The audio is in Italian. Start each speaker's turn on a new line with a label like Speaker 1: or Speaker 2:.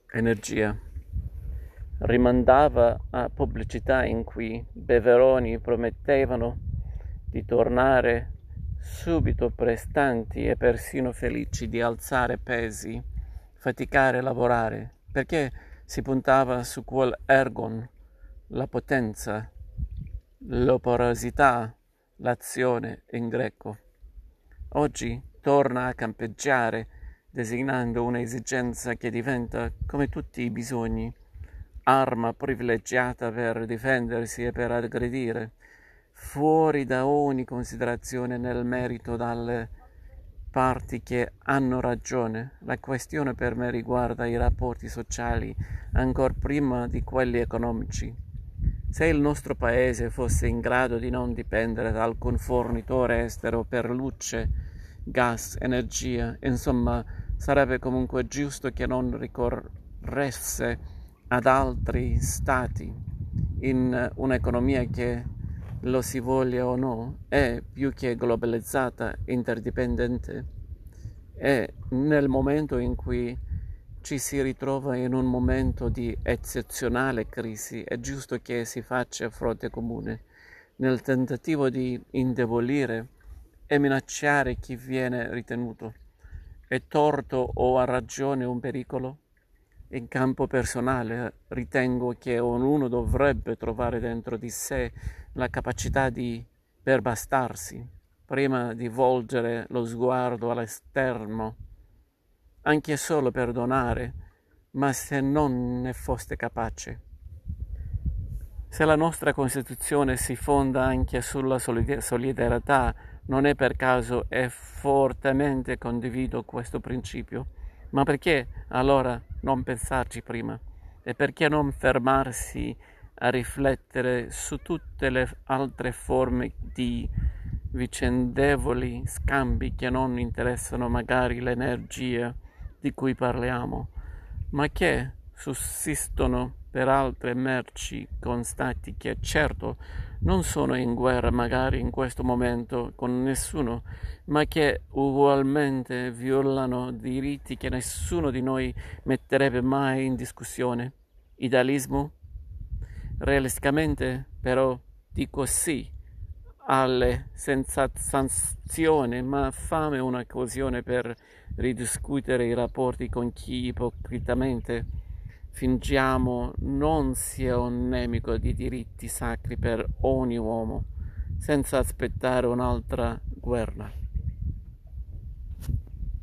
Speaker 1: energia. Rimandava a pubblicità in cui beveroni promettevano di tornare subito prestanti e persino felici di alzare pesi, faticare e lavorare, perché si puntava su quell'ergon, la potenza, l'operosità, l'azione in greco. Oggi torna a campeggiare, designando un'esigenza che diventa, come tutti i bisogni, arma privilegiata per difendersi e per aggredire, fuori da ogni considerazione nel merito dalle parti che hanno ragione. La questione per me riguarda i rapporti sociali ancor prima di quelli economici. Se il nostro paese fosse in grado di non dipendere da alcun fornitore estero per luce, gas, energia, insomma, sarebbe comunque giusto che non ricorresse ad altri stati in un'economia che, lo si voglia o no, è più che globalizzata, interdipendente. E nel momento in cui ci si ritrova in un momento di eccezionale crisi, è giusto che si faccia fronte comune nel tentativo di indebolire e minacciare chi viene ritenuto. È torto o ha ragione un pericolo? In campo personale ritengo che ognuno dovrebbe trovare dentro di sé la capacità di perbastarsi prima di volgere lo sguardo all'esterno, anche solo per donare, ma se non ne foste capace. Se la nostra Costituzione si fonda anche sulla solidarietà, non è per caso e fortemente condivido questo principio, ma perché allora non pensarci prima? E perché non fermarsi a riflettere su tutte le altre forme di vicendevoli scambi che non interessano magari l'energia di cui parliamo, ma che sussistono per altre merci con stati che certo non sono in guerra magari in questo momento con nessuno, ma che ugualmente violano diritti che nessuno di noi metterebbe mai in discussione. Idealismo? Realisticamente, però, dico sì alle sensazioni, ma fammi un'occasione per ridiscutere i rapporti con chi ipocritamente fingiamo non sia un nemico di diritti sacri per ogni uomo, senza aspettare un'altra guerra.